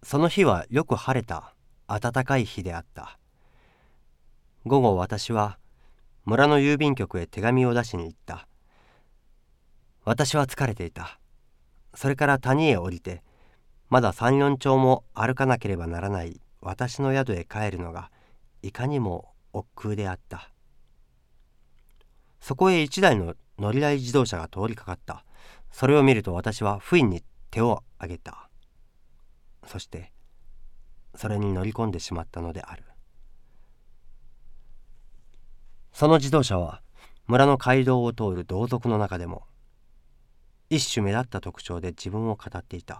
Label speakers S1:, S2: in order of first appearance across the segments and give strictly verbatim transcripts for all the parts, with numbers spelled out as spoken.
S1: その日はよく晴れた暖かい日であった。午後、私は村の郵便局へ手紙を出しに行った。私は疲れていた。それから谷へ降りて、まだ三四丁も歩かなければならない私の宿へ帰るのがいかにも億劫であった。そこへ一台の乗り合い自動車が通りかかった。それを見ると私は不意に手を挙げた。そしてそれに乗り込んでしまったのである。その自動車は村の街道を通る同族の中でも一種目立った特徴で自分を語っていた。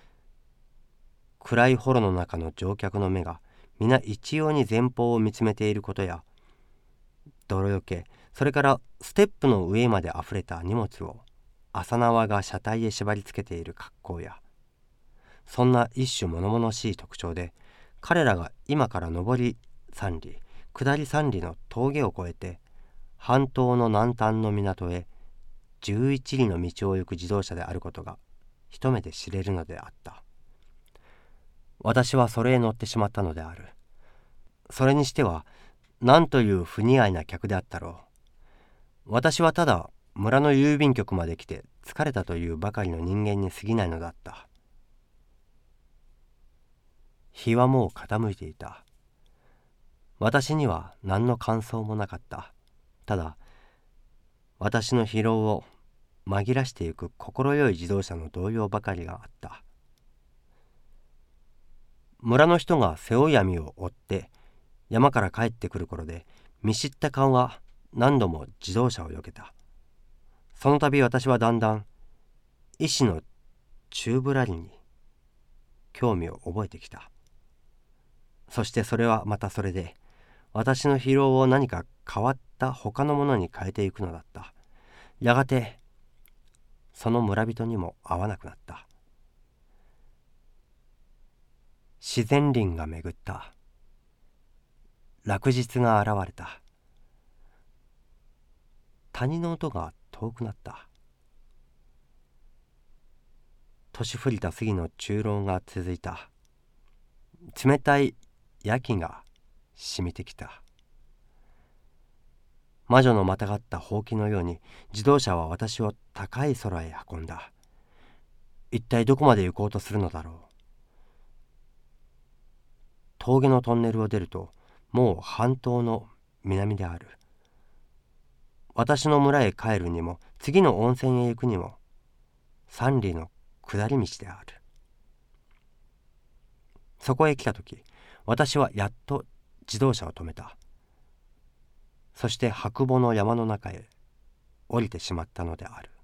S1: 暗い幌の中の乗客の目が皆一様に前方を見つめていることや、泥よけ、それからステップの上まであふれた荷物を朝縄が車体へ縛り付けている格好や、そんな一種物々しい特徴で、彼らが今から上り三里、下り三里の峠を越えて半島の南端の港へ十一里の道を行く自動車であることが一目で知れるのであった。私はそれへ乗ってしまったのである。それにしては何という不似合いな客であったろう。私はただ村の郵便局まで来て疲れたというばかりの人間に過ぎないのだった。日はもう傾いていた。私には何の感想もなかった。ただ私の疲労を紛らしてゆく心よい自動車の動揺ばかりがあった。村の人が背負い網を追って山から帰ってくる頃で、見知った顔が何度も自動車を避けた。その度私はだんだん医師の宙ぶらりに興味を覚えてきた。そしてそれはまたそれで私の疲労を何か変わった他のものに変えていくのだった。やがてその村人にも会わなくなった。自然林が巡った。落日が現れた。谷の音が遠くなった。年降りた杉の中浪が続いた。冷たい焼きが染みてきた。魔女のまたがったほうきのように自動車は私を高い空へ運んだ。一体どこまで行こうとするのだろう。峠のトンネルを出るともう半島の南である。私の村へ帰るにも次の温泉へ行くにも三里の下り道である。そこへ来た時、私はやっと自動車を止めた。そして白母の山の中へ降りてしまったのである。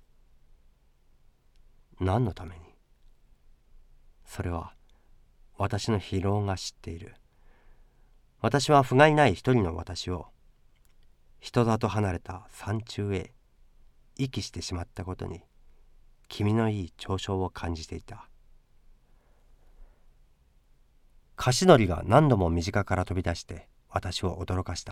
S1: 何のために？それは私の疲労が知っている。私は不甲斐ない一人の私を人里離れた山中へ遺棄してしまったことに気味のいい嘲笑を感じていた。カシノリが何度も身近から飛び出して私を驚かした。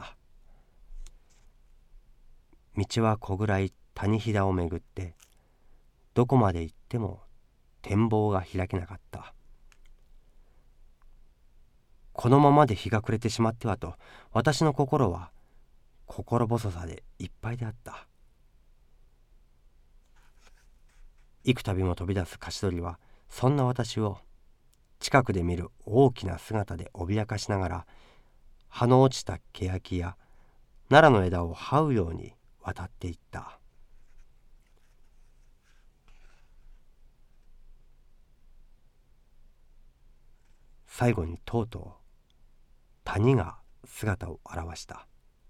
S1: 道は小暗い谷ひだをめぐってどこまで行っても展望が開けなかった。このままで日が暮れてしまってはと私の心は心細さでいっぱいであった。幾度も飛び出すカシノリはそんな私を近くで見る大きな姿で脅かしながら葉の落ちた欅や奈良の枝を這うように渡っていった。最後にとうとう谷が姿を現した。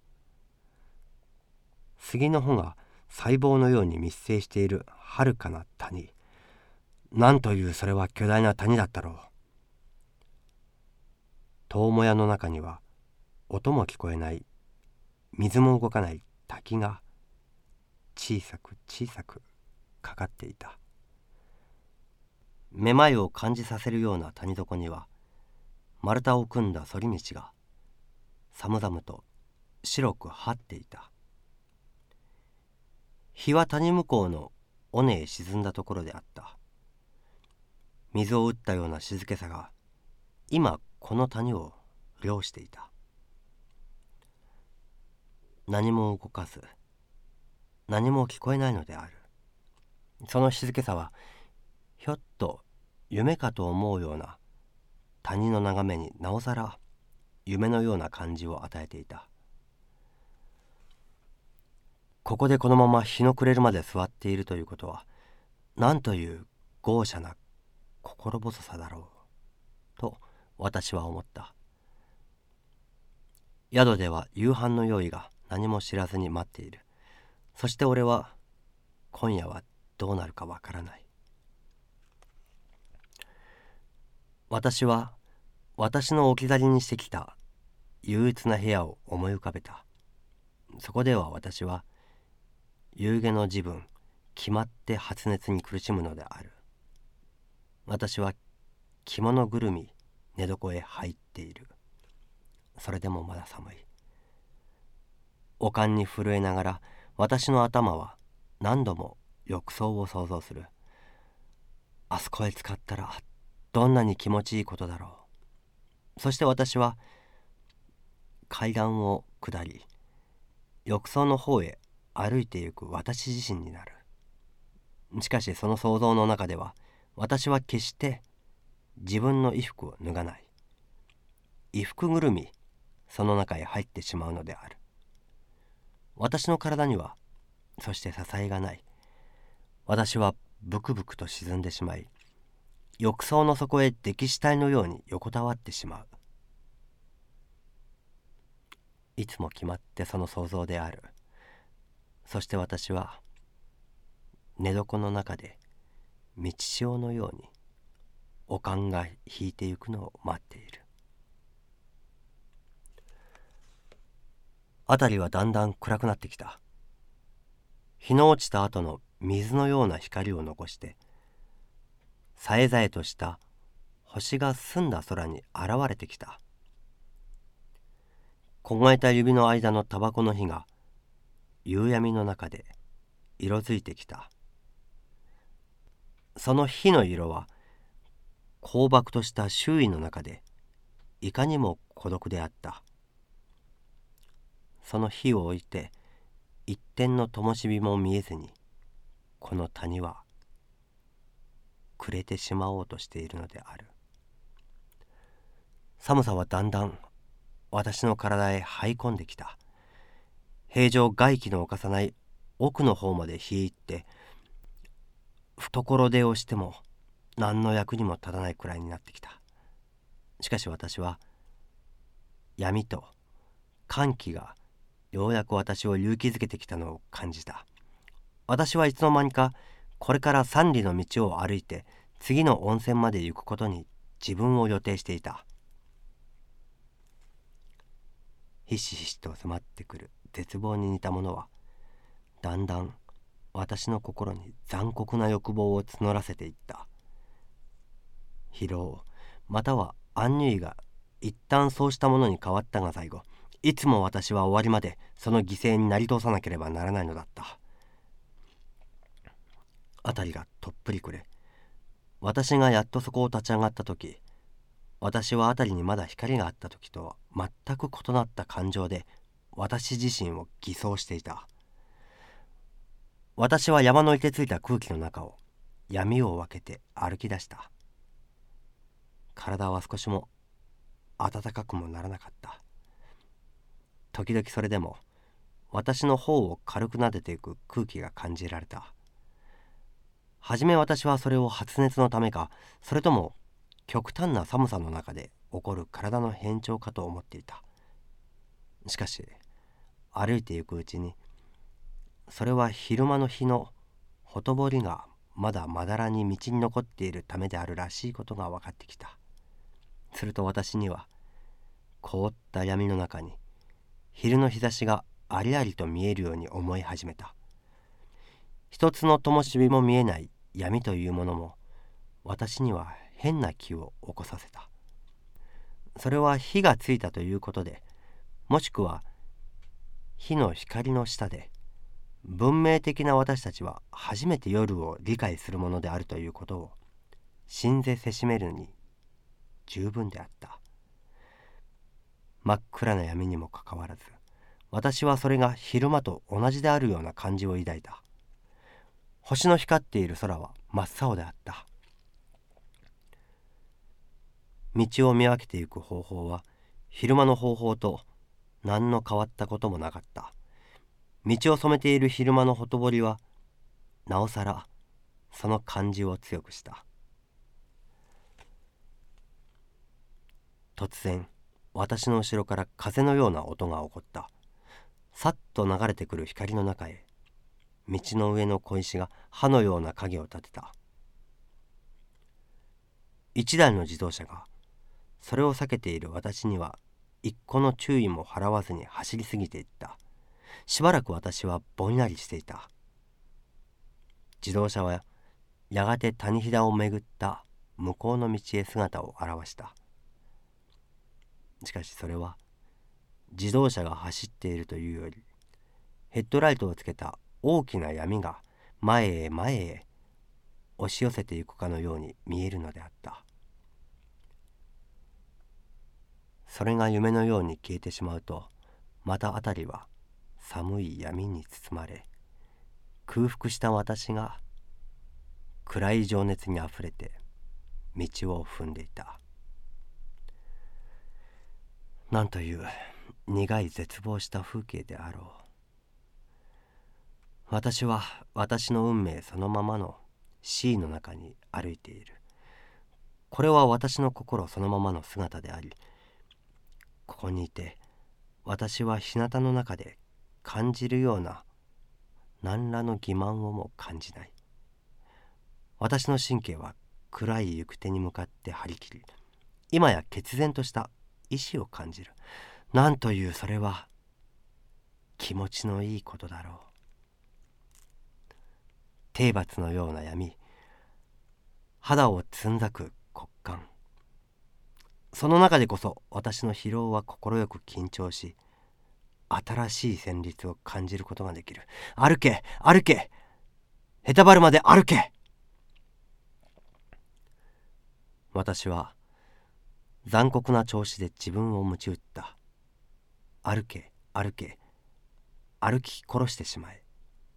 S1: 杉の穂が細胞のように密生している遥かな谷。なんというそれは巨大な谷だったろう。遠もやの中には音も聞こえない、水も動かない滝が小さく小さくかかっていた。めまいを感じさせるような谷底には丸太を組んだ反り道が寒々と白く張っていた。日は谷向こうの尾根へ沈んだところであった。 水を打ったような静けさが今この谷を漁していた。何も動かず、何も聞こえないのである。その静けさはひょっと夢かと思うような谷の眺めになおさら夢のような感じを与えていた。ここでこのまま日の暮れるまで座っているということは、なんという豪奢な心細さだろうと私は思った。宿では夕飯の用意が何も知らずに待っている。そして俺は今夜はどうなるかわからない。私は私の置き去りにしてきた憂鬱な部屋を思い浮かべた。そこでは私は夕げの自分、決まって発熱に苦しむのである。私は着物ぐるみ寝床へ入っている。それでもまだ寒い。悪寒に震えながら私の頭は何度も浴槽を想像する。あそこへ浸かったらどんなに気持ちいいことだろう。そして私は階段を下り、浴槽の方へ歩いてゆく私自身になる。しかしその想像の中では私は決して自分の衣服を脱がない。衣服ぐるみその中へ入ってしまうのである。私の体にはそして支えがない。私はブクブクと沈んでしまい、浴槽の底へ溺死体のように横たわってしまう。いつも決まってその想像である。そして私は寝床の中で満ち潮のように悪寒が引いてゆくのを待っている。辺りはだんだん暗くなってきた。日の落ちた後の水のような光を残して、さえざえとした星が澄んだ空に現れてきた。凍えた指の間のタバコの火が夕闇の中で色づいてきた。その火の色は荒漠とした周囲の中でいかにも孤独であった。その火を置いて一点の灯火も見えずに、この谷は暮れてしまおうとしているのである。寒さはだんだん私の体へ這い込んできた。平常外気の侵さない奥の方まで冷え入って、懐手をしても何の役にも立たないくらいになってきた。しかし私は闇と寒気がようやく私を勇気づけてきたのを感じた。私はいつの間にかこれから三里の道を歩いて次の温泉まで行くことに自分を予定していた。ひしひしと迫ってくる絶望に似たものはだんだん私の心に残酷な欲望を募らせていった。疲労またはアンニュイが一旦そうしたものに変わったが最後、いつも私は終わりまでその犠牲になり通さなければならないのだった。辺りがとっぷり暮れ、私がやっとそこを立ち上がった時、私は辺りにまだ光があった時とは全く異なった感情で私自身を偽装していた。私は山の凍てついた空気の中を闇を分けて歩き出した。体は少しも暖かくもならなかった。時々それでも私の方を軽く撫でていく空気が感じられた。はじめ私はそれを発熱のためか、それとも極端な寒さの中で起こる体の変調かと思っていた。しかし歩いていくうちに、それは昼間の日のほとぼりがまだまだらに道に残っているためであるらしいことが分かってきた。すると私には凍った闇の中に昼の日差しがありありと見えるように思い始めた。一つの灯火も見えない闇というものも私には変な気を起こさせた。それは火がついたということで、もしくは火の光の下で文明的な私たちは初めて夜を理解するものであるということを死んでせしめるに十分であった。真っ暗な闇にもかかわらず、私はそれが昼間と同じであるような感じを抱いた。星の光っている空は真っ青であった。道を見分けていく方法は昼間の方法と何の変わったこともなかった。道を染めている昼間のほとぼりはなおさらその感じを強くした。突然私の後ろから風のような音が起こった。さっと流れてくる光の中へ道の上の小石が歯のような影を立てた。一台の自動車がそれを避けている私には一個の注意も払わずに走り過ぎていった。しばらく私はぼんやりしていた。自動車はやがて谷ひだをめぐった向こうの道へ姿を現した。しかしそれは自動車が走っているというより、ヘッドライトをつけた大きな闇が前へ前へ押し寄せていくかのように見えるのであった。それが夢のように消えてしまうと、また辺りは寒い闇に包まれ、空腹した私が暗い情熱にあふれて道を踏んでいた。なんという苦い絶望した風景であろう。私は私の運命そのままの シー の中に歩いている。これは私の心そのままの姿であり、ここにいて私は日向の中で感じるような何らの欺瞞をも感じない。私の神経は暗い行く手に向かって張り切り、今や決然とした意志を感じる。なんというそれは気持ちのいいことだろう。堤罰のような闇、肌をつんざく骨幹、その中でこそ私の疲労は快く緊張し、新しい旋律を感じることができる。歩け歩け、ヘタバルまで歩け。私は残酷な調子で自分を鞭打った。歩け歩け、歩き殺してしまえ。